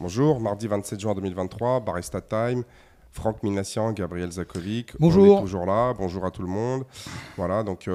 Bonjour, mardi 27 juin 2023, Barista Time, Franck Minassian, Gabriel Zakovic. Bonjour. On est toujours là, bonjour à tout le monde. Voilà, donc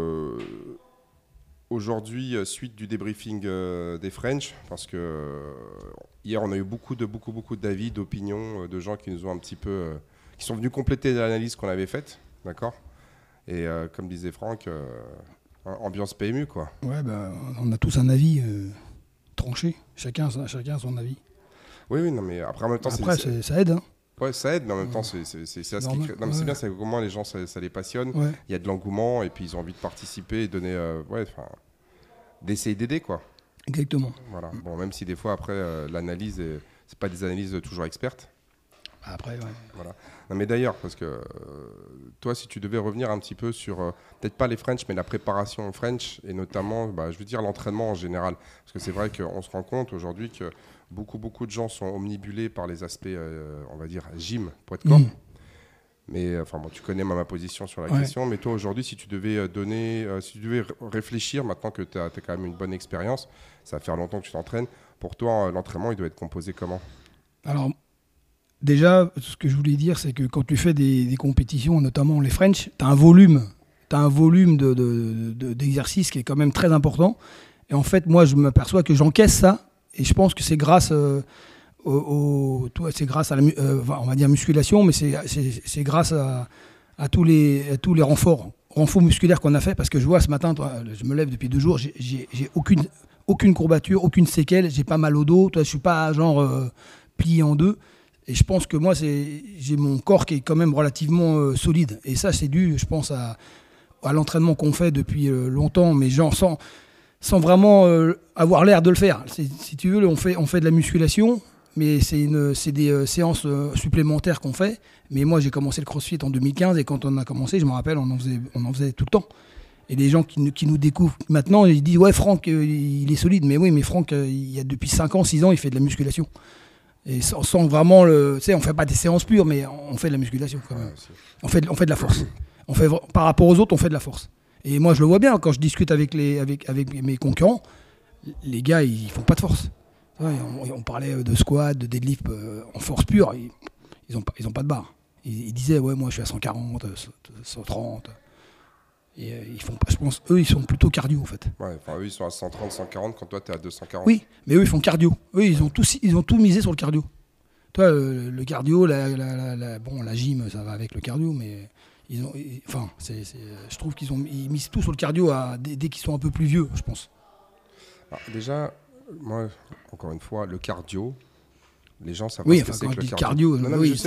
aujourd'hui, suite du débriefing des French, parce que hier on a eu beaucoup d'avis, d'opinions, de gens qui nous ont un petit peu, qui sont venus compléter l'analyse qu'on avait faite, d'accord. Et comme disait Franck, ambiance PMU quoi. Ouais, on a tous un avis tranché, chacun son avis. Oui, non, mais après en même temps, ça aide. Hein. Ouais, ça aide, mais en même temps, c'est ça ce qui crée. Non, mais c'est bien, c'est qu'au moins les gens, ça les passionne. Ouais. Il y a de l'engouement et puis ils ont envie de participer et donner, d'essayer d'aider, quoi. Exactement. Voilà. Bon, même si des fois, après, l'analyse, c'est pas des analyses toujours expertes. Après, ouais. Voilà. Non, mais d'ailleurs, parce que toi, si tu devais revenir un petit peu sur, peut-être pas les French, mais la préparation French, et notamment, je veux dire, l'entraînement en général. Parce que c'est vrai qu'on se rend compte aujourd'hui que beaucoup de gens sont omnibulés par les aspects, on va dire, gym, poids de corps. Mais enfin, bon, tu connais ma position sur la question. Mais toi, aujourd'hui, si tu devais réfléchir, maintenant que tu as quand même une bonne expérience, ça va faire longtemps que tu t'entraînes, pour toi, l'entraînement, il doit être composé comment ? Alors, déjà, ce que je voulais dire, c'est que quand tu fais des compétitions, notamment les French, tu as un volume d'exercice qui est quand même très important. Et en fait, moi, je m'aperçois que j'encaisse ça. Et je pense que c'est grâce c'est grâce à la on va dire musculation, mais c'est grâce à tous les renforts musculaires qu'on a fait. Parce que je vois ce matin, toi, je me lève depuis 2 jours, j'ai aucune courbature, aucune séquelle, j'ai pas mal au dos, toi, je suis pas genre plié en deux. Et je pense que moi, j'ai mon corps qui est quand même relativement solide. Et ça, c'est dû, je pense, à l'entraînement qu'on fait depuis longtemps, mais genre sans vraiment avoir l'air de le faire. Si tu veux, on fait de la musculation, mais c'est des séances supplémentaires qu'on fait. Mais moi, j'ai commencé le CrossFit en 2015 et quand on a commencé, je me rappelle, on en faisait tout le temps. Et les gens qui nous découvrent maintenant, ils disent « Ouais, Franck, il est solide. » Mais oui, mais Franck, depuis 5 ans, 6 ans, il fait de la musculation. Et sans vraiment on fait pas des séances pures, mais on fait de la musculation quand même. On fait de la force. Par rapport aux autres, on fait de la force. Et moi, je le vois bien quand je discute avec mes concurrents, les gars, ils font pas de force. Ouais, on parlait de squat, de deadlift en force pure, ils ont pas de barre. Ils disaient, ouais, moi, je suis à 140, 130. Et ils font pas, je pense, eux, ils sont plutôt cardio en fait. Ouais, enfin, eux, ils sont à 130, 140 quand toi, tu es à 240. Oui, mais eux, ils font cardio. Eux, ils ont tout misé sur le cardio. Toi, le cardio, la gym, ça va avec le cardio, mais je trouve ils misent tout sur le cardio dès qu'ils sont un peu plus vieux, je pense. Alors, déjà, moi, encore une fois, le cardio, les gens savent pas ce que c'est que le cardio.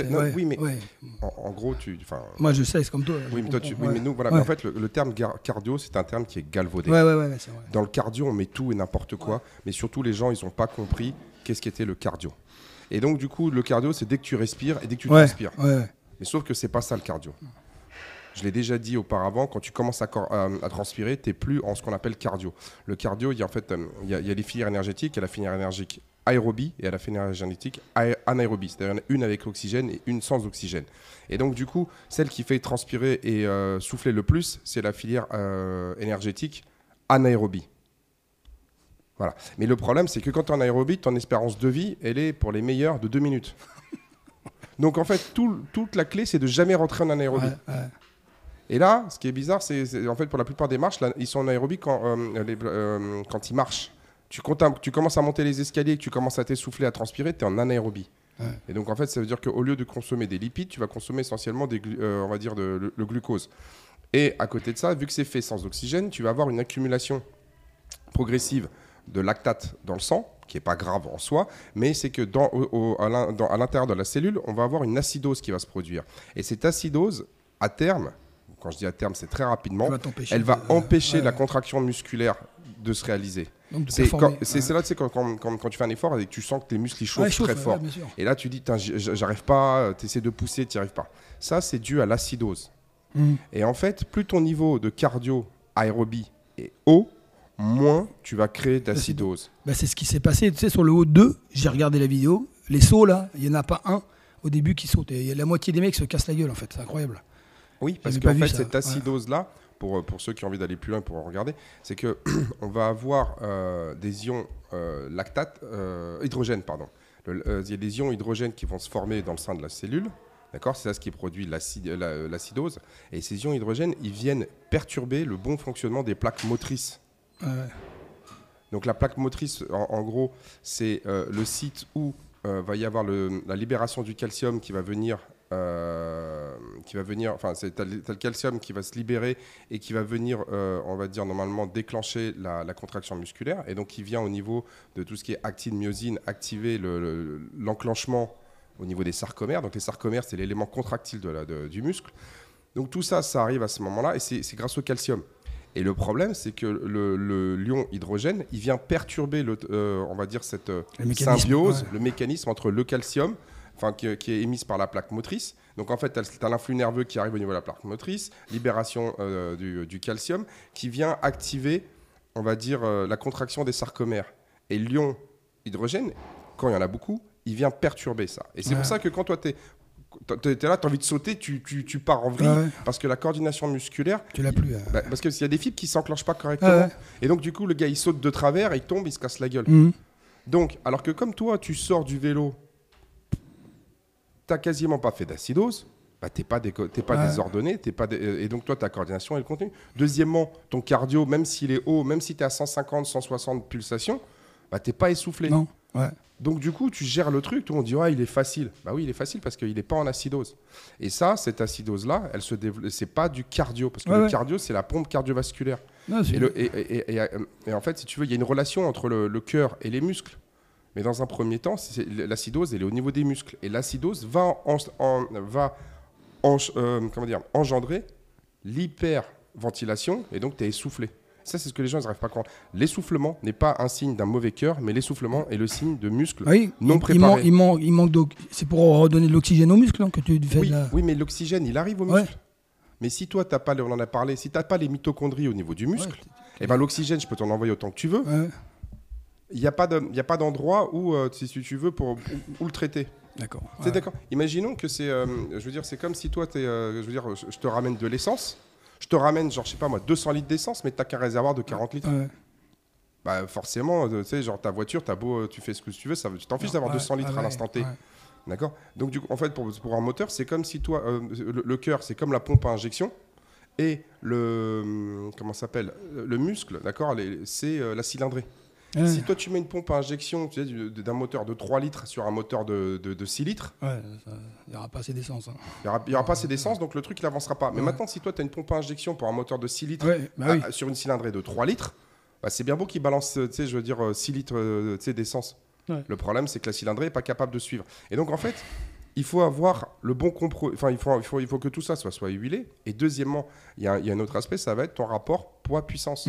En gros, moi, je sais, c'est comme toi. Oui, mais nous, voilà. Ouais. Mais en fait, le terme cardio, c'est un terme qui est galvaudé. Ouais, c'est vrai. Dans le cardio, on met tout et n'importe quoi, mais surtout, les gens, ils n'ont pas compris qu'est-ce qu'était le cardio. Et donc, du coup, le cardio, c'est dès que tu respires et dès que tu transpires. Ouais. Mais sauf que c'est pas ça le cardio. Je l'ai déjà dit auparavant, quand tu commences à transpirer, tu n'es plus en ce qu'on appelle cardio. Le cardio, il y a les filières énergétiques, il y a la filière énergique aérobie et à la filière énergétique anaérobie. C'est-à-dire une avec l'oxygène et une sans oxygène. Et donc, du coup, celle qui fait transpirer et souffler le plus, c'est la filière énergétique anaérobie. Voilà. Mais le problème, c'est que quand tu es en aérobie, ton espérance de vie, elle est pour les meilleurs de 2 minutes. Donc, en fait, toute la clé, c'est de jamais rentrer en anaérobie. Ouais. Et là, ce qui est bizarre, c'est en fait pour la plupart des marches, là, ils sont en aérobie quand ils marchent. Tu commences à monter les escaliers, que tu commences à t'essouffler, à transpirer, tu es en anaérobie. Ouais. Et donc en fait, ça veut dire qu'au lieu de consommer des lipides, tu vas consommer essentiellement on va dire le glucose. Et à côté de ça, vu que c'est fait sans oxygène, tu vas avoir une accumulation progressive de lactate dans le sang, qui n'est pas grave en soi, mais c'est que à l'intérieur de la cellule, on va avoir une acidose qui va se produire. Et cette acidose, à terme, quand je dis à terme, c'est très rapidement, elle va empêcher la contraction musculaire de se réaliser. C'est là, tu sais, quand tu fais un effort et que tu sens que tes muscles chauffent très fort. Et là, tu dis, j'arrive pas, tu essaies de pousser, tu n'y arrives pas. Ça, c'est dû à l'acidose. Et en fait, plus ton niveau de cardio aérobie est haut, moins tu vas créer d'acidose. C'est ce qui s'est passé, tu sais, sur le haut 2, j'ai regardé la vidéo, les sauts là, il n'y en a pas un au début qui saute. Et la moitié des mecs se cassent la gueule en fait, c'est incroyable. Oui, parce qu'en fait, cette acidose-là, pour ceux qui ont envie d'aller plus loin pour en regarder, c'est qu'on va avoir des ions hydrogène, pardon. Il y a des ions hydrogène qui vont se former dans le sein de la cellule. D'accord, c'est ça ce qui produit l'acidose. Et ces ions hydrogène, ils viennent perturber le bon fonctionnement des plaques motrices. Donc la plaque motrice, en gros, c'est le site où va y avoir la libération du calcium qui va venir. Enfin, t'as le calcium qui va se libérer et qui va venir, on va dire normalement, déclencher la contraction musculaire. Et donc qui vient au niveau de tout ce qui est actine, myosine, activer l'enclenchement au niveau des sarcomères. Donc les sarcomères, c'est l'élément contractile du muscle. Donc tout ça, ça arrive à ce moment-là et c'est grâce au calcium. Et le problème, c'est que l'ion hydrogène, il vient perturber, on va dire, cette symbiose, le mécanisme entre le calcium, qui est émise par la plaque motrice. Donc en fait, tu as l'influx nerveux qui arrive au niveau de la plaque motrice, libération du calcium, qui vient activer, on va dire, la contraction des sarcomères. Et l'ion hydrogène, quand il y en a beaucoup, il vient perturber ça. Et c'est pour ça que quand toi, t'es là, tu as envie de sauter, tu pars en vrille, parce que la coordination musculaire... Tu l'as plus. Parce qu'il y a des fibres qui ne s'enclenchent pas correctement. Et donc, du coup, le gars, il saute de travers, il tombe, il se casse la gueule. Donc, alors que comme toi, tu sors du vélo, tu n'as quasiment pas fait d'acidose, tu n'es pas désordonné, et donc toi, ta coordination, elle continue. Deuxièmement, ton cardio, même s'il est haut, même si tu es à 150, 160 pulsations, tu n'es pas essoufflé. Non. Donc du coup, tu gères le truc, tout le monde dit il est facile. Bah oui, il est facile parce qu'il n'est pas en acidose. Et ça, cette acidose-là, elle se développe. C'est pas du cardio, parce que le cardio, c'est la pompe cardiovasculaire. Non, et en fait, si tu veux, il y a une relation entre le cœur et les muscles. Mais dans un premier temps, l'acidose, elle est au niveau des muscles. Et l'acidose va engendrer l'hyperventilation, et donc tu es essoufflé. Ça, c'est ce que les gens n'arrivent pas à comprendre. L'essoufflement n'est pas un signe d'un mauvais cœur, mais l'essoufflement est le signe de muscles non préparés. Il manque c'est pour redonner de l'oxygène aux muscles que tu fais Oui, mais l'oxygène, il arrive aux muscles. Mais si toi, on en a parlé, si tu n'as pas les mitochondries au niveau du muscle, l'oxygène, je peux t'en envoyer autant que tu veux. Il n'y a pas d'endroit où, si tu veux, où le traiter. D'accord. D'accord. Imaginons que c'est comme si toi, je te ramène de l'essence. Je te ramène, 200 litres d'essence, mais tu n'as qu'un réservoir de 40 litres. Bah, forcément, ta voiture, tu fais ce que tu veux, tu t'en fiches d'avoir 200 litres à l'instant T. D'accord. Donc, du coup, en fait, pour un moteur, c'est comme si toi, le cœur, c'est comme la pompe à injection. Et le muscle, d'accord, c'est la cylindrée. Si toi, tu mets une pompe à injection d'un moteur de 3 litres sur un moteur de 6 litres, il n'y aura pas assez d'essence. Il n'y aura pas assez d'essence, donc le truc, il n'avancera pas. Mais maintenant, si toi, tu as une pompe à injection pour un moteur de 6 litres sur une cylindrée de 3 litres, c'est bien beau qu'il balance 6 litres d'essence. Le problème, c'est que la cylindrée n'est pas capable de suivre. Et donc, en fait, il faut avoir le bon compromis. Enfin, il faut que tout ça soit huilé. Et deuxièmement, il y a un autre aspect, ça va être ton rapport poids-puissance.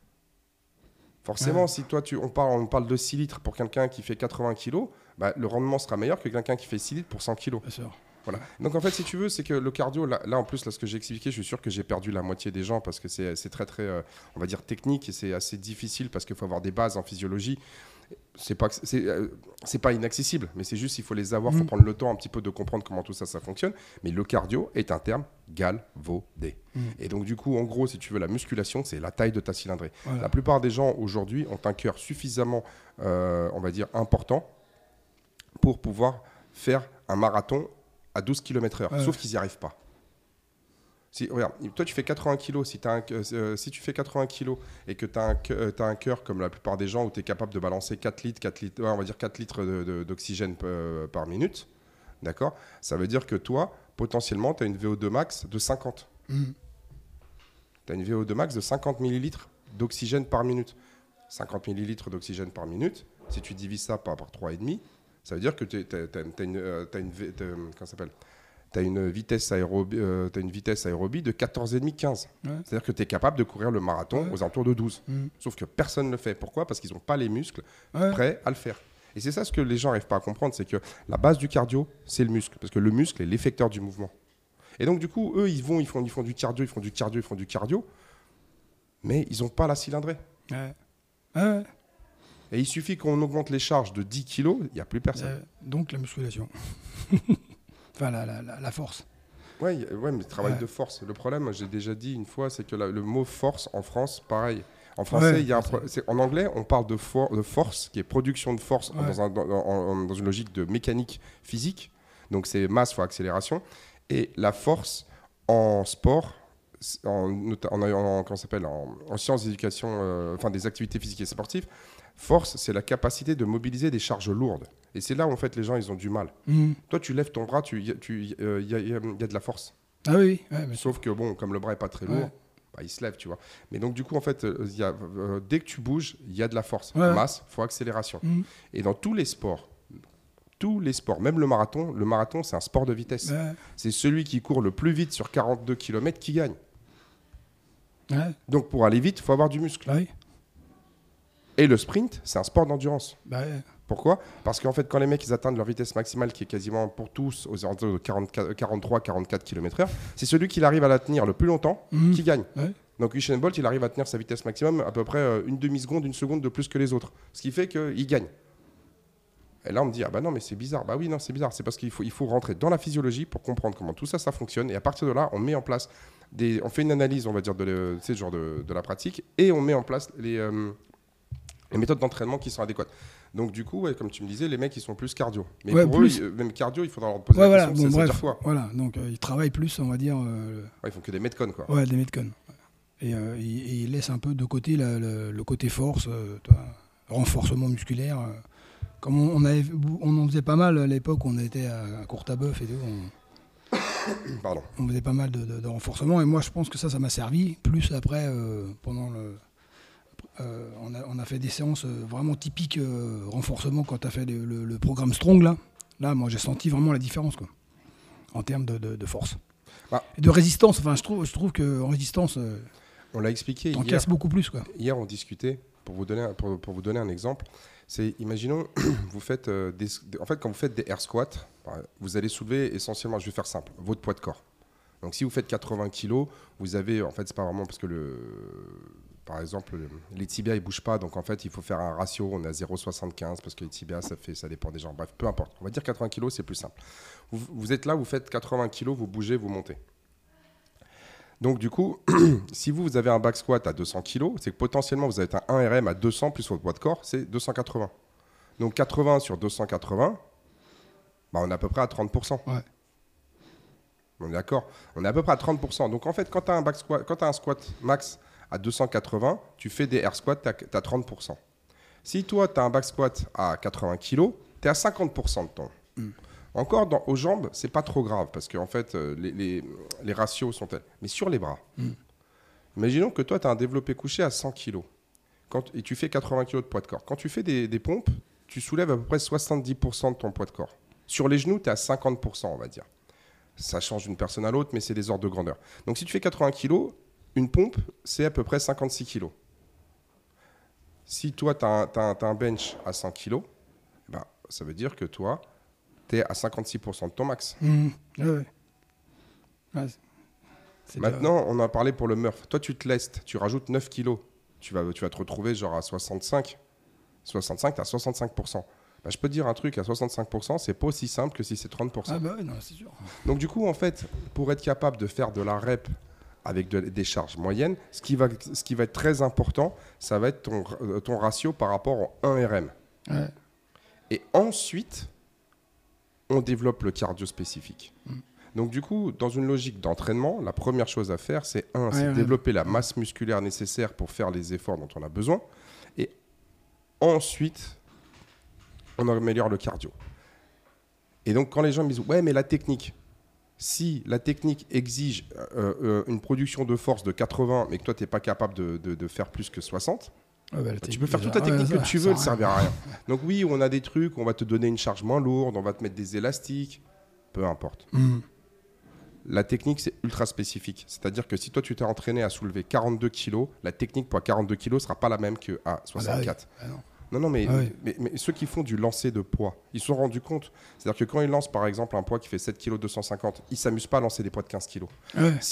Forcément, si toi, on parle de 6 litres pour quelqu'un qui fait 80 kg, le rendement sera meilleur que quelqu'un qui fait 6 litres pour 100 kg. Bien sûr. Voilà. Donc en fait, si tu veux, c'est que le cardio, là en plus, ce que j'ai expliqué, je suis sûr que j'ai perdu la moitié des gens parce que c'est très, très, on va dire, technique et c'est assez difficile parce qu'il faut avoir des bases en physiologie. C'est pas inaccessible, mais c'est juste il faut les avoir, il faut prendre le temps un petit peu de comprendre comment tout ça fonctionne. Mais le cardio est un terme galvaudé. Et donc du coup, en gros, si tu veux, la musculation, c'est la taille de ta cylindrée. Voilà. La plupart des gens aujourd'hui ont un cœur suffisamment, on va dire, important pour pouvoir faire un marathon à 12 km/h, sauf qu'ils n'y arrivent pas. Regarde, toi tu fais 80 kg, si tu fais 80 kg et que tu as un cœur comme la plupart des gens où tu es capable de balancer 4 litres, on va dire 4 litres d'oxygène par minute, d'accord, ça veut dire que toi, potentiellement, tu as une VO2 max de 50. Tu as une VO2 max de 50 millilitres d'oxygène par minute. 50 millilitres d'oxygène par minute, si tu divises ça par 3,5, ça veut dire que tu as une vitesse aérobie de 14,5, 15. C'est-à-dire que tu es capable de courir le marathon aux alentours de 12. Sauf que personne ne le fait. Pourquoi ? Parce qu'ils n'ont pas les muscles prêts à le faire. Et c'est ça ce que les gens n'arrivent pas à comprendre, c'est que la base du cardio, c'est le muscle. Parce que le muscle est l'effecteur du mouvement. Et donc du coup, eux, ils font du cardio, mais ils n'ont pas la cylindrée. Et il suffit qu'on augmente les charges de 10 kg, il n'y a plus personne. Donc la musculation. Enfin, la force. Ouais, mais le travail de force. Le problème, j'ai déjà dit une fois, c'est que le mot force en France, pareil. En français, Ouais, il y a en anglais, on parle de force, qui est production de force dans une logique de mécanique physique. Donc c'est masse fois accélération. Et la force en sport, comment ça s'appelle, en sciences d'éducation, des activités physiques et sportives, force, c'est la capacité de mobiliser des charges lourdes. Et c'est là où en fait les gens ils ont du mal. Toi, tu lèves ton bras, il y a de la force. Ah oui. Sauf que bon, comme le bras est pas très lourd, il se lève, tu vois. Mais donc du coup, en fait, dès que tu bouges, il y a de la force. Masse fois accélération. Et dans tous les sports, même le marathon, c'est un sport de vitesse. C'est celui qui court le plus vite sur 42 km qui gagne. Donc pour aller vite, il faut avoir du muscle. Et le sprint, c'est un sport d'endurance. Pourquoi ? Parce qu'en fait, quand les mecs ils atteignent leur vitesse maximale, qui est quasiment pour tous aux alentours de 43-44 km/h, c'est celui qui arrive à la tenir le plus longtemps qui gagne. Donc Usain Bolt, il arrive à tenir sa vitesse maximum à peu près une demi-seconde, une seconde de plus que les autres. Ce qui fait qu'il gagne. Et là, on me dit, ah bah non, mais c'est bizarre. Bah oui, non, c'est bizarre. C'est parce qu'il faut rentrer dans la physiologie pour comprendre comment tout ça fonctionne. Et à partir de là, on met en place on fait une analyse, on va dire, de la pratique, et on met en place les méthodes d'entraînement qui sont adéquates. Donc du coup, comme tu me disais, les mecs ils sont plus cardio. Mais pour eux, même cardio, il faudra leur poser la question. Ça veut dire quoi ? Voilà, donc ils travaillent plus, on va dire. Ils font que des metcon, quoi. Ouais, des metcon. Et ils laissent un peu de côté le côté force, renforcement musculaire. Comme on en faisait pas mal à l'époque, on était à Courtabœuf et tout. Pardon. On faisait pas mal de renforcement, et moi je pense que ça m'a servi. Plus après, pendant on a fait des séances vraiment typiques renforcement quand tu as fait le programme Strong. Là, moi j'ai senti vraiment la différence, quoi, en termes de force. Et de résistance. Enfin, je trouve qu'en résistance, on l'a expliqué t'en casses beaucoup plus, quoi. Hier, on discutait, pour vous donner un exemple. C'est, imaginons, vous faites quand vous faites des air squats, vous allez soulever essentiellement, je vais faire simple, votre poids de corps. Donc si vous faites 80 kg, vous avez, en fait, c'est pas vraiment parce que par exemple, les tibias ils bougent pas, donc en fait il faut faire un ratio, on est à 0,75 parce que les tibias ça dépend des gens. Bref, peu importe. On va dire 80 kg, c'est plus simple. Vous êtes là, vous faites 80 kg, vous bougez, vous montez. Donc du coup, si vous avez un back squat à 200 kg, c'est que potentiellement vous avez un 1 RM à 200 plus votre poids de corps, c'est 280. Donc 80 sur 280, on est à peu près à 30%. Ouais. On est d'accord ? On est à peu près à 30%. Donc en fait, quand tu as un squat max à 280, tu fais des air squats, tu as 30%. Si toi, tu as un back squat à 80 kg, tu es à 50% de ton. Encore aux jambes, c'est pas trop grave parce que en fait, les ratios sont tels. Mais sur les bras, imaginons que toi, tu as un développé couché à 100 kg et tu fais 80 kg de poids de corps. Quand tu fais des pompes, tu soulèves à peu près 70% de ton poids de corps. Sur les genoux, tu es à 50%, on va dire. Ça change d'une personne à l'autre, mais c'est des ordres de grandeur. Donc si tu fais 80 kg, une pompe, c'est à peu près 56 kg. Si toi, tu as un bench à 100 kg, ça veut dire que toi, tu es à 56% de ton max. Maintenant, on a parlé pour le Murph. Toi, tu te lestes, tu rajoutes 9 kg. Tu vas te retrouver genre à 65. 65, tu as 65%. Je peux te dire un truc, à 65%, c'est pas aussi simple que si c'est 30%. Ah bah oui, non, c'est sûr. Donc du coup, en fait, pour être capable de faire de la rep avec des charges moyennes, ce qui va être très important, ça va être ton ratio par rapport au 1 RM. Ouais. Et ensuite, on développe le cardio spécifique. Donc du coup, dans une logique d'entraînement, la première chose à faire, c'est développer la masse musculaire nécessaire pour faire les efforts dont on a besoin. Et ensuite, on améliore le cardio. Et donc, quand les gens me disent « Ouais, mais la technique », si la technique exige une production de force de 80, mais que toi, tu n'es pas capable de faire plus que 60, tu peux faire toute la technique que tu veux, elle ne servira à rien. Donc oui, on a des trucs, on va te donner une charge moins lourde, on va te mettre des élastiques, peu importe. La technique, c'est ultra spécifique. C'est-à-dire que si toi, tu t'es entraîné à soulever 42 kg, la technique pour 42 kg ne sera pas la même qu'à 64. Non, mais ceux qui font du lancer de poids, ils se sont rendus compte. C'est-à-dire que quand ils lancent, par exemple, un poids qui fait 7 kg 250, ils ne s'amusent pas à lancer des poids de 15 kg.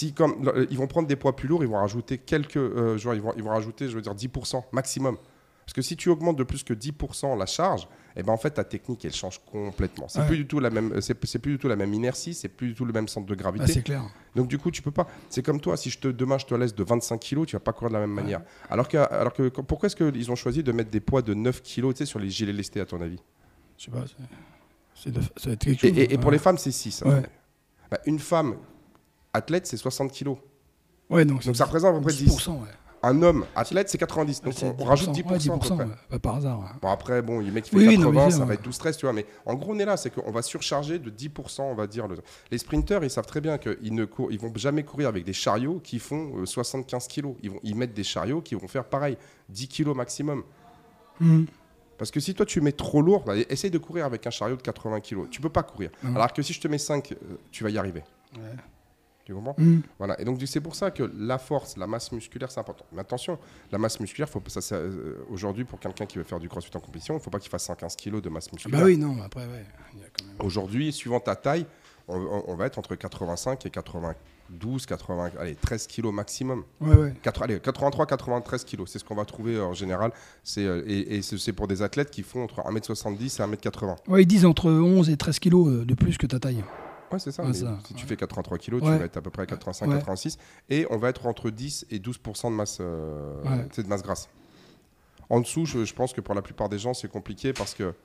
Ils vont prendre des poids plus lourds, ils vont rajouter ils vont rajouter, je veux dire, 10% maximum. Parce que si tu augmentes de plus que 10% la charge, eh ben en fait ta technique elle change complètement. C'est plus du tout la même, c'est plus du tout la même inertie, c'est plus du tout le même centre de gravité. C'est clair. Donc du coup tu peux pas. C'est comme toi, si demain je te laisse de 25 kg, tu vas pas courir de la même manière. Alors que pourquoi est-ce qu'ils ont choisi de mettre des poids de 9 kg, tu sais, sur les gilets lestés à ton avis? Je sais pas. Ça va être quelque chose. Et pour les femmes c'est 6. Bah, une femme athlète c'est 60 kg. Ouais, donc ça représente à peu près 10%. Un homme athlète, c'est 90. Donc on rajoute 10%. 10% pas par hasard. Bon, après, bon, le mec qui fait 80, ça va être 12-13, tu vois. Mais en gros, on est là, c'est qu'on va surcharger de 10%, on va dire. Les sprinteurs, ils savent très bien qu'ils vont jamais courir avec des chariots qui font 75 kilos. Ils mettent des chariots qui vont faire pareil, 10 kilos maximum. Parce que si toi, tu mets trop lourd, bah, essaye de courir avec un chariot de 80 kilos. Tu peux pas courir. Alors que si je te mets 5, tu vas y arriver. Ouais. Tu comprends? Voilà. Et donc, c'est pour ça que la force, la masse musculaire, c'est important. Mais attention, la masse musculaire, aujourd'hui, pour quelqu'un qui veut faire du crossfit en compétition, il ne faut pas qu'il fasse 115 kg de masse musculaire. Bah oui, non, après, ouais. Il y a quand même... Aujourd'hui, suivant ta taille, on va être entre 85 et 92, 80, allez, 13 kg maximum. Ouais. 83, 93 kg, c'est ce qu'on va trouver en général. Et c'est pour des athlètes qui font entre 1m70 et 1m80. Ouais, ils disent entre 11 et 13 kg de plus que ta taille. Ouais, c'est ça. Si tu fais 83 kg, tu vas être à peu près à 85, 86. Et on va être entre 10 et 12% de masse, de masse grasse. En dessous, je pense que pour la plupart des gens, c'est compliqué parce que...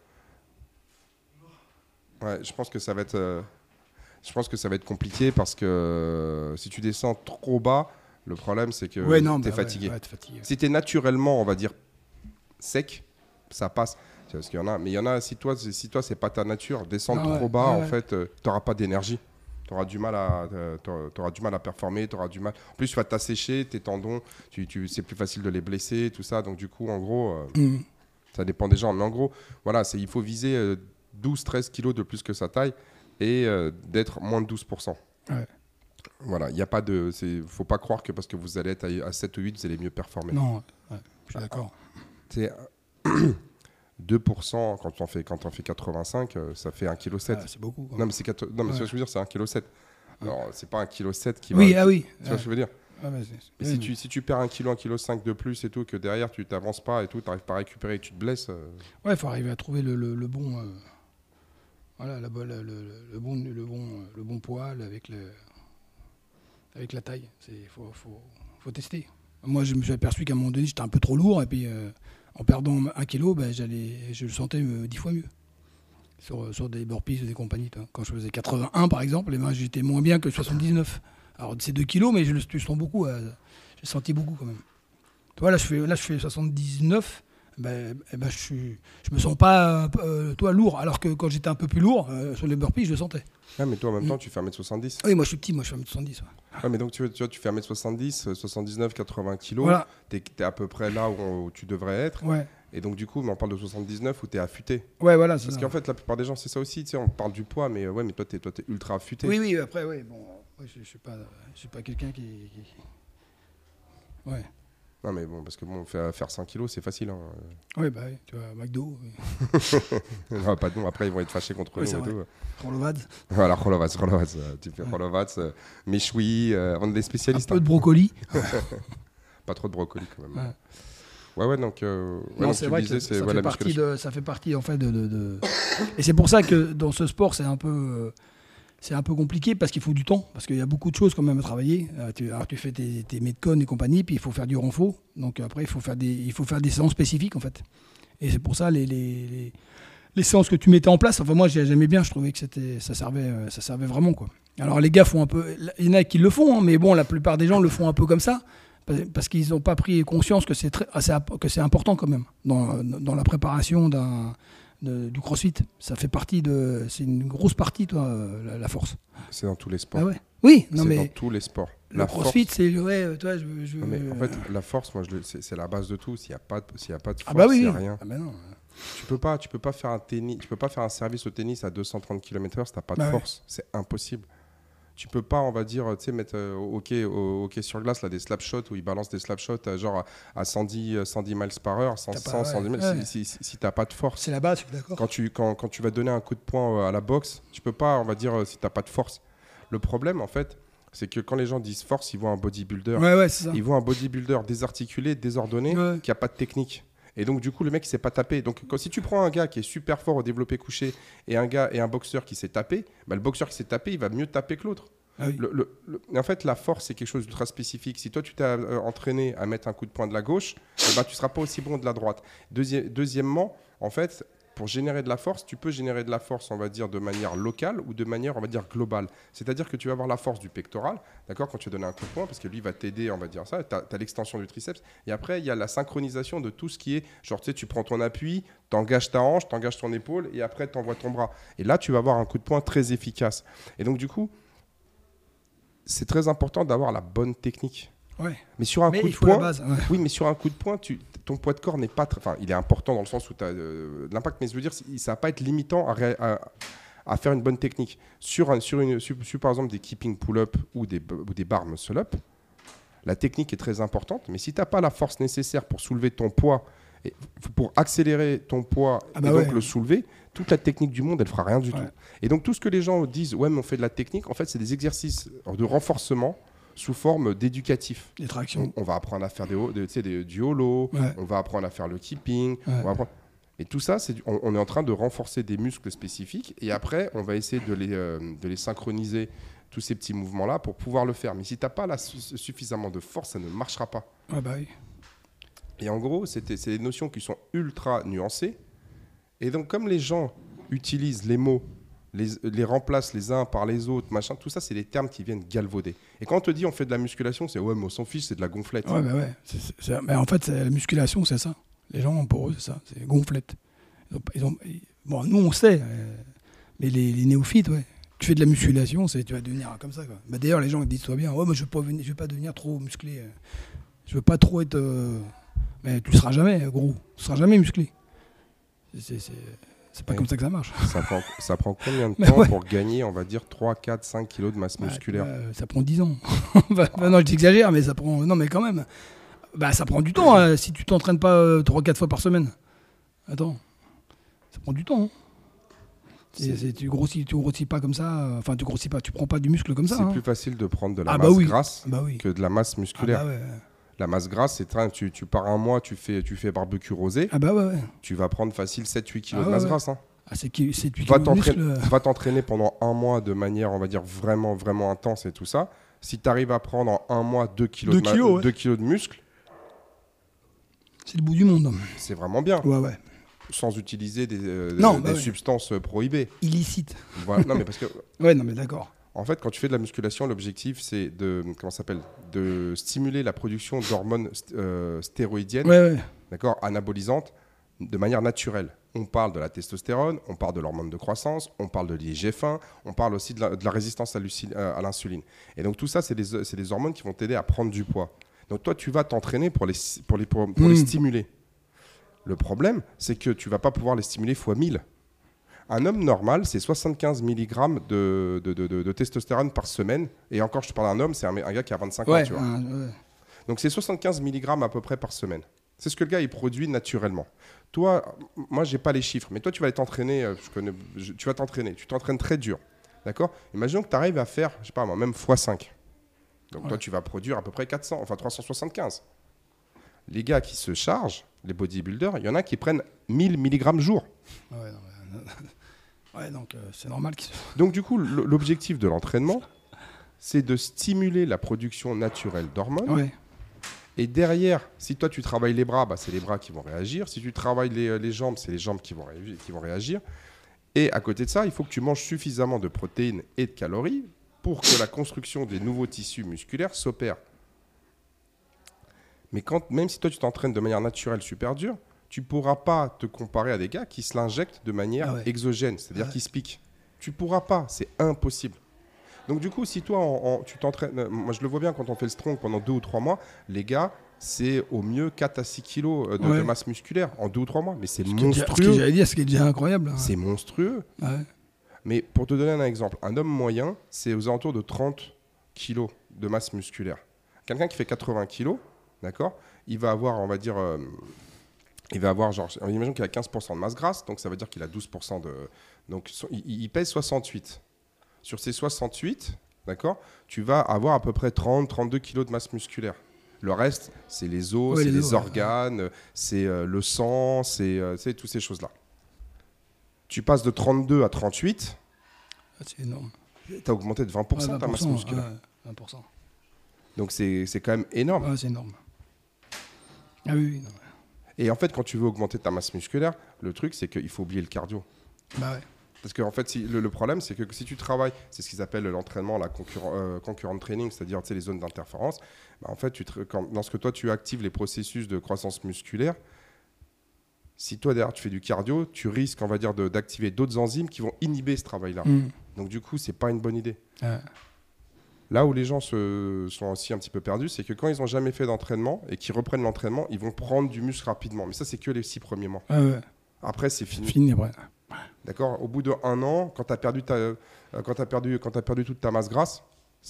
Ouais, je pense que ça va être compliqué parce que si tu descends trop bas, le problème, c'est que tu es fatigué. Si tu es naturellement, on va dire, sec, ça passe. Parce qu'il y en a, mais il y en a, si toi c'est pas ta nature, descendre trop bas, en fait, tu n'auras pas d'énergie. Tu auras du mal à performer, tu auras du mal. En plus, tu vas t'assécher, tes tendons, c'est plus facile de les blesser, tout ça. Donc, du coup, en gros, ça dépend des gens. Mais en gros, voilà, il faut viser 12-13 kilos de plus que sa taille et d'être moins de 12%. Ouais. Voilà, il n'y a pas de. Faut pas croire que parce que vous allez être à 7 ou 8, vous allez mieux performer. Non, je suis d'accord. 2% quand on fait 85, ça fait 1,7 kg. Ah, c'est beaucoup. Non, mais c'est ce que je veux dire, c'est 1,7 kg. Alors, c'est pas 1,7 kg qui va. Oui, Tu vois ce que je veux dire? Si tu perds 1 kg, 1,5 kg de plus et tout, que derrière tu t'avances pas et tout, tu n'arrives pas à récupérer et tu te blesses. Ouais, il faut arriver à trouver le bon. Voilà, le bon poil avec la taille. Faut tester. Moi, je me suis aperçu qu'à un moment donné, j'étais un peu trop lourd et puis. En perdant 1 kg, je le sentais 10 fois mieux. Sur des burpees ou des compagnies. Quand je faisais 81 par exemple, j'étais moins bien que 79. Alors c'est 2 kg, mais je le sens beaucoup. J'ai senti beaucoup quand même. Tu vois, là je fais 79. Je me sens pas lourd. Alors que quand j'étais un peu plus lourd, sur les burpees, je le sentais. Ah, mais toi en même temps, tu fais 1m70. Oui, moi je suis petit, moi je fais 1m70. Ouais, mais donc tu fais 1m70, 79, 80 kg. Voilà. T'es à peu près là où tu devrais être. Ouais. Et donc du coup, on parle de 79 où t'es affûté. Ouais, voilà. Parce qu'en fait, la plupart des gens, c'est ça aussi. Tu sais, on parle du poids, mais toi, t'es ultra affûté. Oui, après, ouais. Bon, je suis pas quelqu'un qui. Ouais. Non, mais bon, parce que faire 100 kilos, c'est facile. Hein. Oui, tu vois, McDo. Non, pas de nom, après ils vont être fâchés contre nous et tout. Rolovac. Voilà, Rolovac. Tu fais Rolovac, méchoui, on est des spécialistes. Un peu de brocoli. Pas trop de brocoli quand même. Ouais, donc. Non, c'est vrai que ça fait partie en fait de... Et c'est pour ça que dans ce sport, c'est un peu compliqué parce qu'il faut du temps, parce qu'il y a beaucoup de choses quand même à travailler. Tu fais tes Metcon et compagnie, puis il faut faire du renfort. Donc après, il faut faire des séances spécifiques en fait. Et c'est pour ça les séances que tu mettais en place. Enfin moi, j'aimais bien. Je trouvais que ça servait vraiment quoi. Alors les gars font un peu. Il y en a qui le font, hein, mais bon, la plupart des gens le font un peu comme ça parce qu'ils n'ont pas pris conscience que c'est important quand même dans la préparation du crossfit. C'est une grosse partie, la force. C'est dans tous les sports. Ah ouais. Oui, dans tous les sports. Le crossfit, c'est toi. Mais en fait, la force, moi, c'est la base de tout. S'il n'y a pas de force, il n'y a rien. Ah bah non. Tu peux pas faire un service au tennis à 230 km/h si t'as pas de force. C'est impossible. Tu peux pas, on va dire, mettre au hockey sur glace là, des slap shots où ils balancent des slap shots genre à 110 miles par heure, 110 000, si t'as pas de force. C'est la base, je suis d'accord. Quand tu vas donner un coup de poing à la boxe, tu peux pas, on va dire, si t'as pas de force. Le problème, en fait, c'est que quand les gens disent force, ils voient un bodybuilder. Ouais, c'est ça. Ils voient un bodybuilder désarticulé, désordonné, qui a pas de technique. Et donc, du coup, le mec, il s'est pas tapé. Donc, si tu prends un gars qui est super fort au développé couché et un boxeur qui s'est tapé, bah, le boxeur qui s'est tapé, il va mieux taper que l'autre. Ah oui. En fait, la force, c'est quelque chose d'ultra spécifique. Si toi, tu t'es entraîné à mettre un coup de poing de la gauche, eh ben, tu ne seras pas aussi bon de la droite. Deuxièmement, en fait, pour générer de la force, tu peux générer de la force, on va dire, de manière locale ou de manière, on va dire, globale. C'est-à-dire que tu vas avoir la force du pectoral, d'accord, quand tu vas donner un coup de poing, parce que lui va t'aider, on va dire ça. Tu as l'extension du triceps. Et après, il y a la synchronisation de tout ce qui est, genre, tu sais, tu prends ton appui, tu engages ta hanche, tu engages ton épaule, et après, tu envoies ton bras. Et là, tu vas avoir un coup de poing très efficace. Et donc, du coup, c'est très important d'avoir la bonne technique. Ouais. Mais sur un coup de poing, base, ouais. oui, mais sur un coup de poing, ton poids de corps n'est pas, enfin, il est important dans le sens où tu as de l'impact, mais je veux dire, ça va pas être limitant à faire une bonne technique. Sur par exemple des keeping pull-up ou des bar muscle-up, la technique est très importante, mais si tu n'as pas la force nécessaire pour soulever ton poids, et pour accélérer ton poids et donc le soulever, toute la technique du monde, elle fera rien du tout. Et donc tout ce que les gens disent, ouais, mais on fait de la technique, en fait, c'est des exercices de renforcement sous forme d'éducatif. Des tractions. On va apprendre à faire du holo, on va apprendre à faire le keeping. Et tout ça, on est en train de renforcer des muscles spécifiques. Et après, on va essayer de les synchroniser, tous ces petits mouvements-là, pour pouvoir le faire. Mais si tu n'as pas suffisamment de force, ça ne marchera pas. Ah bah oui. Et en gros, c'est des notions qui sont ultra nuancées. Et donc, comme les gens utilisent les mots, les remplacent les uns par les autres, machin, tout ça, c'est des termes qui viennent galvauder. Et quand on te dit on fait de la musculation, c'est ouais, mais on s'en fiche, c'est de la gonflette. Ouais, bah ouais. Mais en fait, la musculation, c'est ça. Les gens, pour eux, c'est ça, c'est gonflette. Bon, nous, on sait, mais les néophytes, ouais. Tu fais de la musculation, tu vas devenir comme ça, quoi. Bah, d'ailleurs, les gens disent toi bien, ouais, moi, je vais pas devenir trop musclé. Je veux pas trop être. Mais tu ne seras jamais, gros. Tu ne seras jamais musclé. C'est pas comme ça que ça marche. Ça prend combien de temps pour gagner, on va dire, 3, 4, 5 kilos de masse musculaire? Ça prend 10 ans. Non, je t'exagère, mais ça prend... Non, mais quand même. Ça prend du temps si tu t'entraînes pas 3-4 fois par semaine. Attends. Ça prend du temps. Tu grossis pas comme ça. Enfin, tu grossis pas. Tu prends pas du muscle comme ça. C'est plus facile de prendre de la masse grasse que de la masse musculaire. La masse grasse, c'est tu pars un mois, tu fais barbecue rosé. Ah bah ouais. Tu vas prendre facile 7-8 kilos de masse grasse. Hein. C'est 8 kilos de muscle. Va t'entraîner pendant un mois de manière, on va dire, vraiment, vraiment intense et tout ça. Si tu arrives à prendre en un mois 2 kilos de muscle, c'est le bout du monde. C'est vraiment bien. Ouais. Sans utiliser des substances prohibées. Illicites. Voilà. Non, mais parce que... Ouais, non, mais d'accord. En fait, quand tu fais de la musculation, l'objectif, c'est de stimuler la production d'hormones stéroïdiennes, d'accord, anabolisantes, de manière naturelle. On parle de la testostérone, on parle de l'hormone de croissance, on parle de l'IGF-1, on parle aussi de la résistance à l'insuline. Et donc tout ça, c'est des hormones qui vont t'aider à prendre du poids. Donc toi, tu vas t'entraîner pour les stimuler. Le problème, c'est que tu ne vas pas pouvoir les stimuler fois 1000. Un homme normal, c'est 75 mg de testostérone par semaine. Et encore, je te parle d'un homme, c'est un gars qui a 25 ans. Tu vois. Donc, c'est 75 mg à peu près par semaine. C'est ce que le gars il produit naturellement. Toi, moi, je n'ai pas les chiffres. Mais toi, tu vas aller t'entraîner. Tu vas t'entraîner. Tu t'entraînes très dur. D'accord ? Imaginons que tu arrives à faire, je sais pas moi, même x5. Donc, toi, tu vas produire à peu près 375. Les gars qui se chargent, les bodybuilders, il y en a qui prennent 1000 mg jour. Donc c'est normal. Donc du coup, l'objectif de l'entraînement, c'est de stimuler la production naturelle d'hormones. Ouais. Et derrière, si toi tu travailles les bras, c'est les bras qui vont réagir. Si tu travailles les jambes, c'est les jambes qui vont réagir. Et à côté de ça, il faut que tu manges suffisamment de protéines et de calories pour que la construction des nouveaux tissus musculaires s'opère. Mais même si toi tu t'entraînes de manière naturelle super dure, tu ne pourras pas te comparer à des gars qui se l'injectent de manière exogène, c'est-à-dire qui se piquent. Tu ne pourras pas, c'est impossible. Donc du coup, si toi, tu t'entraînes... Moi, je le vois bien quand on fait le strong pendant 2 ou 3 mois, les gars, c'est au mieux 4 à 6 kilos de masse musculaire en 2 ou 3 mois. Mais c'est monstrueux. Ce que j'allais dire, ce qui est déjà incroyable. C'est monstrueux. Ouais. Mais pour te donner un exemple, un homme moyen, c'est aux alentours de 30 kilos de masse musculaire. Quelqu'un qui fait 80 kilos, d'accord, il va avoir, on va dire... imagine qu'il a 15% de masse grasse, donc ça veut dire qu'il a 12% de... Donc il pèse 68. Sur ces 68, d'accord, tu vas avoir à peu près 30-32 kilos de masse musculaire. Le reste, c'est les os, c'est les organes, c'est le sang, c'est toutes ces choses-là. Tu passes de 32 à 38. C'est énorme. Tu as augmenté de 20% ta masse musculaire. 20%. Donc c'est quand même énorme. C'est énorme. Ah oui. Non. Et en fait, quand tu veux augmenter ta masse musculaire, le truc, c'est qu'il faut oublier le cardio. Bah ouais. Parce que en fait, le problème, c'est que si tu travailles, c'est ce qu'ils appellent l'entraînement, la concurrent training, c'est-à-dire les zones d'interférence. Bah, en fait, lorsque toi, tu actives les processus de croissance musculaire, si toi, derrière, tu fais du cardio, tu risques, on va dire, d'activer d'autres enzymes qui vont inhiber ce travail-là. Donc, du coup, c'est pas une bonne idée. Là où les gens sont aussi un petit peu perdus, c'est que quand ils n'ont jamais fait d'entraînement et qu'ils reprennent l'entraînement, ils vont prendre du muscle rapidement. Mais ça, c'est que les 6 premiers mois. Après, c'est fini. Fini après. D'accord. Au bout d'1 an, quand tu as perdu toute ta masse grasse,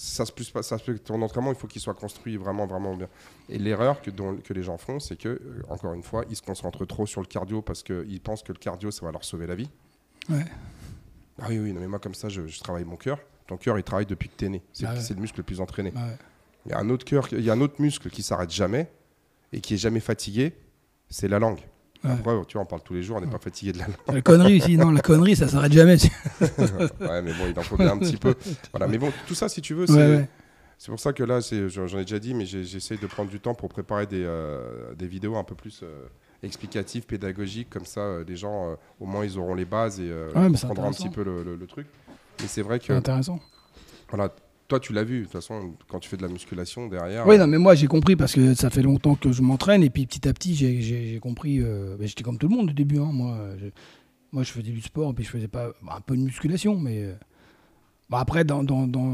ton entraînement, il faut qu'il soit construit vraiment, vraiment bien. Et l'erreur que les gens font, c'est que, encore une fois, ils se concentrent trop sur le cardio parce qu'ils pensent que le cardio, ça va leur sauver la vie. Ouais. Ah oui, non, mais moi, comme ça, je travaille mon cœur. Ton cœur, il travaille depuis que tu es né. C'est le muscle le plus entraîné. Il y a un autre muscle qui s'arrête jamais et qui est jamais fatigué, c'est la langue. Après, tu vois, on parle tous les jours, on n'est pas fatigué de la langue. La connerie aussi, non, la connerie, ça s'arrête jamais. Ouais, mais bon, il en faut bien un petit peu. Voilà, mais bon, tout ça, si tu veux, c'est pour ça que là, j'en ai déjà dit, mais j'essaye de prendre du temps pour préparer des vidéos un peu plus explicatives, pédagogiques, comme ça, les gens, au moins, ils auront les bases et comprendront un petit peu le truc. Mais c'est vrai que... C'est intéressant. Voilà. Toi, tu l'as vu, de toute façon, quand tu fais de la musculation derrière. Oui, non, mais moi, j'ai compris parce que ça fait longtemps que je m'entraîne et puis petit à petit, j'ai compris. J'étais comme tout le monde au début. Hein, moi, je faisais du sport et puis je faisais pas un peu de musculation, mais après, dans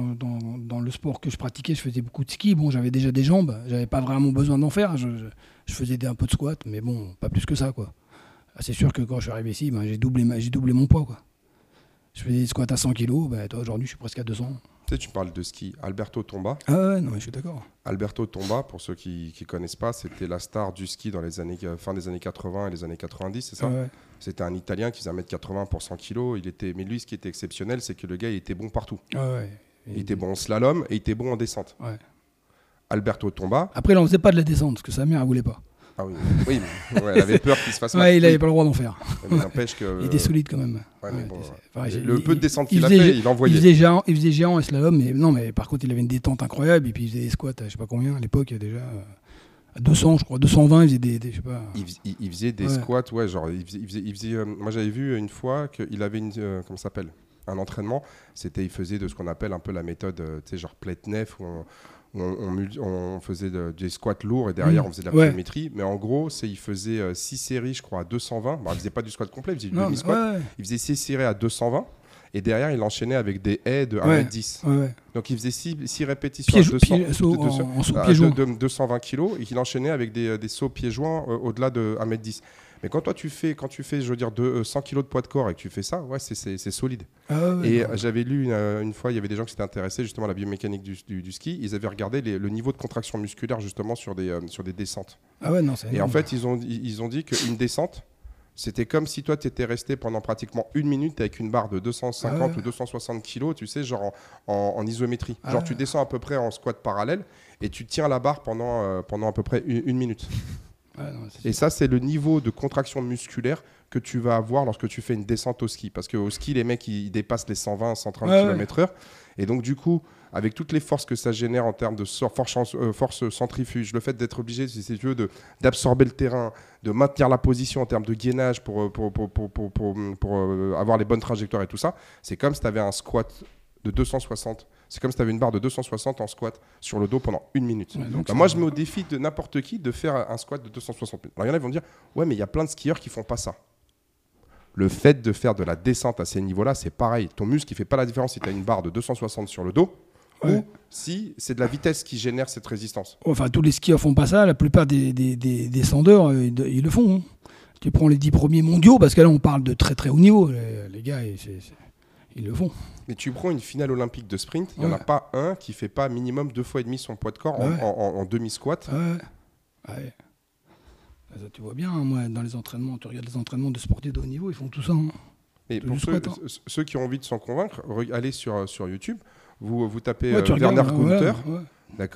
le sport que je pratiquais, je faisais beaucoup de ski. Bon, j'avais déjà des jambes, j'avais pas vraiment besoin d'en faire. Je faisais un peu de squat, mais bon, pas plus que ça, quoi. C'est sûr que quand je suis arrivé ici, j'ai doublé mon poids, quoi. Je faisais des squats à 100 kg, toi, aujourd'hui, je suis presque à 200. Tu sais, tu parles de ski. Alberto Tomba. Ah ouais, non, mais je suis d'accord. Alberto Tomba, pour ceux qui ne connaissent pas, c'était la star du ski dans fin des années 80 et les années 90, c'est ça? Ouais. C'était un Italien qui faisait 1m80 pour 100 kg. Mais lui, ce qui était exceptionnel, c'est que le gars, il était bon partout. Ouais. Il était bon en slalom et il était bon en descente. Ouais. Alberto Tomba. Après, il n'en faisait pas de la descente, parce que sa mère, elle ne voulait pas. Ah oui, elle avait peur qu'il se fasse mal. Ouais, il n'avait pas le droit d'en faire. Mais n'empêche que... Il était solide quand même. Ouais, mais bon, le peu de descente qu'il a fait, il envoyait. Il faisait géant et slalom, mais par contre, il avait une détente incroyable. Et puis, il faisait des squats, je ne sais pas combien, à l'époque, déjà. À 200, je crois, 220, il faisait je sais pas. Il faisait des squats, ouais, genre, il faisait moi, j'avais vu une fois qu'il avait comment ça s'appelle, un entraînement. Il faisait de ce qu'on appelle un peu la méthode, tu sais, genre Pletnev, où on faisait des squats lourds et derrière on faisait de la pliométrie, mais en gros il faisait 6 séries je crois à 220. Il faisait pas du squat complet, il faisait du demi-squat. Il faisait 6 séries à 220 et derrière il enchaînait avec des haies de 1m10. Donc il faisait 6 répétitions à 220 kg et il enchaînait avec des sauts pieds joints au-delà de 1m10. Mais quand tu fais, je veux dire, 100 kg de poids de corps et que tu fais ça, c'est solide. J'avais lu une fois, il y avait des gens qui s'étaient intéressés justement à la biomécanique du ski. Ils avaient regardé le niveau de contraction musculaire justement sur des descentes. Et en fait, ils ont dit qu'une descente, c'était comme si toi, tu étais resté pendant pratiquement 1 minute avec une barre de 250 ou 260 kg, tu sais, genre en isométrie. Genre, tu descends à peu près en squat parallèle et tu tiens la barre pendant à peu près 1 minute. Et ça, c'est le niveau de contraction musculaire que tu vas avoir lorsque tu fais une descente au ski. Parce qu'au ski, les mecs, ils dépassent les 120, 130 km/h. Et donc, du coup, avec toutes les forces que ça génère en termes de force centrifuge, le fait d'être obligé, si tu veux, d'absorber le terrain, de maintenir la position en termes de gainage pour avoir les bonnes trajectoires et tout ça, c'est comme si tu avais un squat de 260. C'est comme si tu avais une barre de 260 en squat sur le dos pendant 1 minute. Moi, je mets au défi de n'importe qui de faire un squat de 260 minutes. Alors, il y en a qui vont dire « Ouais, mais il y a plein de skieurs qui font pas ça. » Le fait de faire de la descente à ces niveaux-là, c'est pareil. Ton muscle, il fait pas la différence si tu as une barre de 260 sur le dos ou si c'est de la vitesse qui génère cette résistance. Enfin, tous les skieurs font pas ça. La plupart des descendeurs, ils le font. Hein. Tu prends les 10 premiers mondiaux, parce que là, on parle de très très haut niveau. Les gars, ils le font. Mais tu prends une finale olympique de sprint, il n'y en a pas un qui fait pas minimum 2 fois et demi son poids de corps en demi-squat. Ça, tu vois bien, moi, dans les entraînements, tu regardes les entraînements de sportifs de haut niveau, ils font tout ça. Hein. Et pour ceux qui ont envie de s'en convaincre, allez sur YouTube, vous tapez Werner Gunther, d'accord ?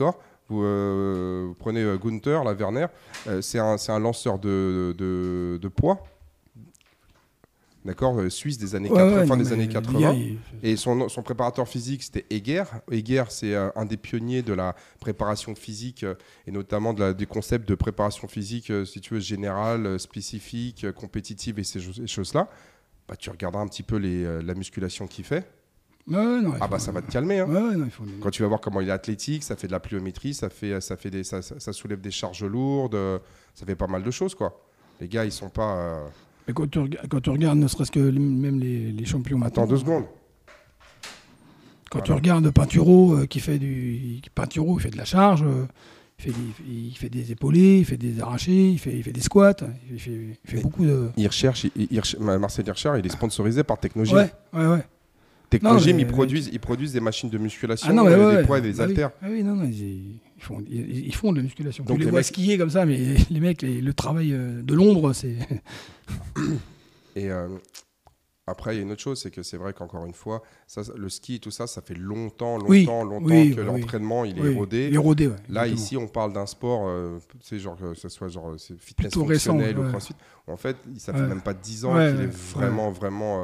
Vous prenez Gunther, la Werner, c'est un lanceur de poids. D'accord, suisse des années 80, fin des années 80. Et son préparateur physique, c'était Eger. Eger, c'est un des pionniers de la préparation physique et notamment des concepts de préparation physique, si tu veux, générale, spécifique, compétitive et ces choses-là. Bah, tu regarderas un petit peu la musculation qu'il fait. Ça va te calmer. Hein. Quand tu vas voir comment il est athlétique, ça fait de la pliométrie, ça soulève des charges lourdes, ça fait pas mal de choses, quoi. Les gars, ils sont pas... Mais quand tu regardes, ne serait-ce que même les champions... Attends 2 secondes. Quand tu regardes Pinturo, Pinturo, il fait de la charge, il fait des épaulés, il fait des arrachés, il fait des squats, il fait beaucoup de... Marcel Hirscher, il est sponsorisé par Technogym. Ouais. Technogym, ils produisent des machines de musculation, des poids et des haltères. Ils font de la musculation. Donc tu les vois skier comme ça, mais les mecs, le travail de l'ombre, c'est... Et après, il y a une autre chose, c'est que c'est vrai qu'encore une fois, le ski et tout ça, ça fait longtemps que l'entraînement il est rodé. Il est rodé, ouais. Là, ici, on parle d'un sport, que ce soit c'est fitness fonctionnel ou crossfit. En fait, ça fait même pas 10 ans qu'il est vraiment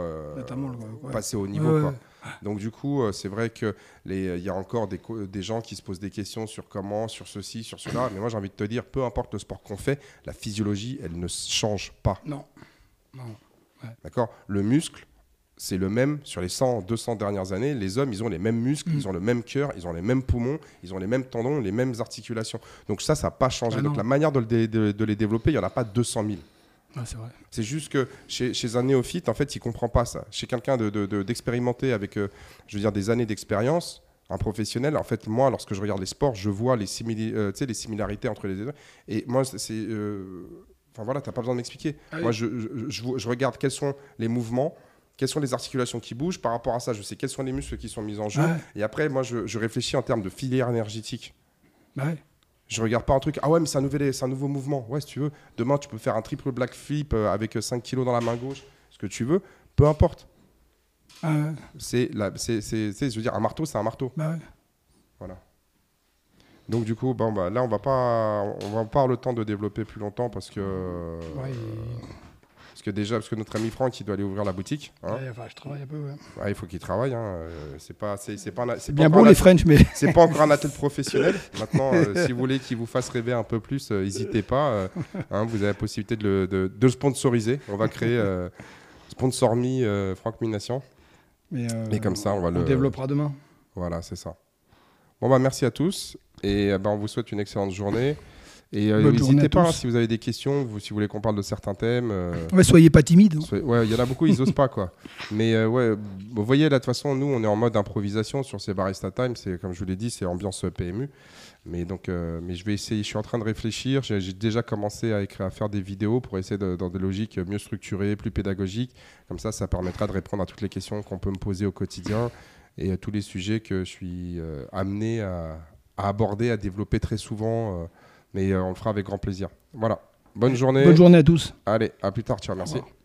passé au niveau. Quoi. Donc du coup, c'est vrai qu'il y a encore des gens qui se posent des questions sur comment, sur ceci, sur cela. Mais moi, j'ai envie de te dire, peu importe le sport qu'on fait, la physiologie, elle ne change pas. Non. Ouais. D'accord. Le muscle, c'est le même sur les 100, 200 dernières années. Les hommes, ils ont les mêmes muscles, ils ont le même cœur, ils ont les mêmes poumons, ils ont les mêmes tendons, les mêmes articulations. Donc ça n'a pas changé. Donc la manière de les développer, il n'y en a pas 200 000. C'est vrai. C'est juste que chez un néophyte, en fait, il ne comprend pas ça. Chez quelqu'un d'expérimenté avec, des années d'expérience, un professionnel, en fait, moi, lorsque je regarde les sports, je vois les similarités entre les deux. Et moi, c'est... Enfin voilà, tu n'as pas besoin de m'expliquer. Moi, je regarde quels sont les mouvements, quelles sont les articulations qui bougent. Par rapport à ça, je sais quels sont les muscles qui sont mis en jeu. Et après, moi, je réfléchis en termes de filière énergétique. Je regarde pas un truc, mais c'est un nouveau mouvement. Ouais, si tu veux. Demain, tu peux faire un triple black flip avec 5 kilos dans la main gauche, ce que tu veux. Peu importe. Je veux dire, un marteau, c'est un marteau. Voilà. Donc du coup, là, on va pas avoir le temps de développer plus longtemps parce que parce que notre ami Franck, il doit aller ouvrir la boutique. Hein. Je travaille un peu. Il faut qu'il travaille. Hein. C'est bien bon les French, mais c'est pas encore un athlète professionnel. Maintenant, si vous voulez qu'il vous fasse rêver un peu plus, n'hésitez pas. Vous avez la possibilité de le sponsoriser. On va créer Sponsor Me Franck Minassian. Et comme ça, on développera demain. Voilà, c'est ça. Bon, merci à tous. Et on vous souhaite une excellente journée. Et n'hésitez pas si vous avez des questions, si vous voulez qu'on parle de certains thèmes. Soyez pas timide. Il y en a beaucoup, ils n'osent pas. Quoi. Mais vous voyez, là, de toute façon, nous, on est en mode improvisation sur ces Barista Time. C'est, comme je vous l'ai dit, c'est ambiance PMU. Mais je vais essayer, je suis en train de réfléchir. J'ai déjà commencé à faire des vidéos pour essayer dans des logiques mieux structurées, plus pédagogiques. Comme ça permettra de répondre à toutes les questions qu'on peut me poser au quotidien et à tous les sujets que je suis amené à aborder, à développer très souvent, mais on le fera avec grand plaisir. Voilà. Bonne journée. Bonne journée à tous. Allez, à plus tard. Ciao, merci.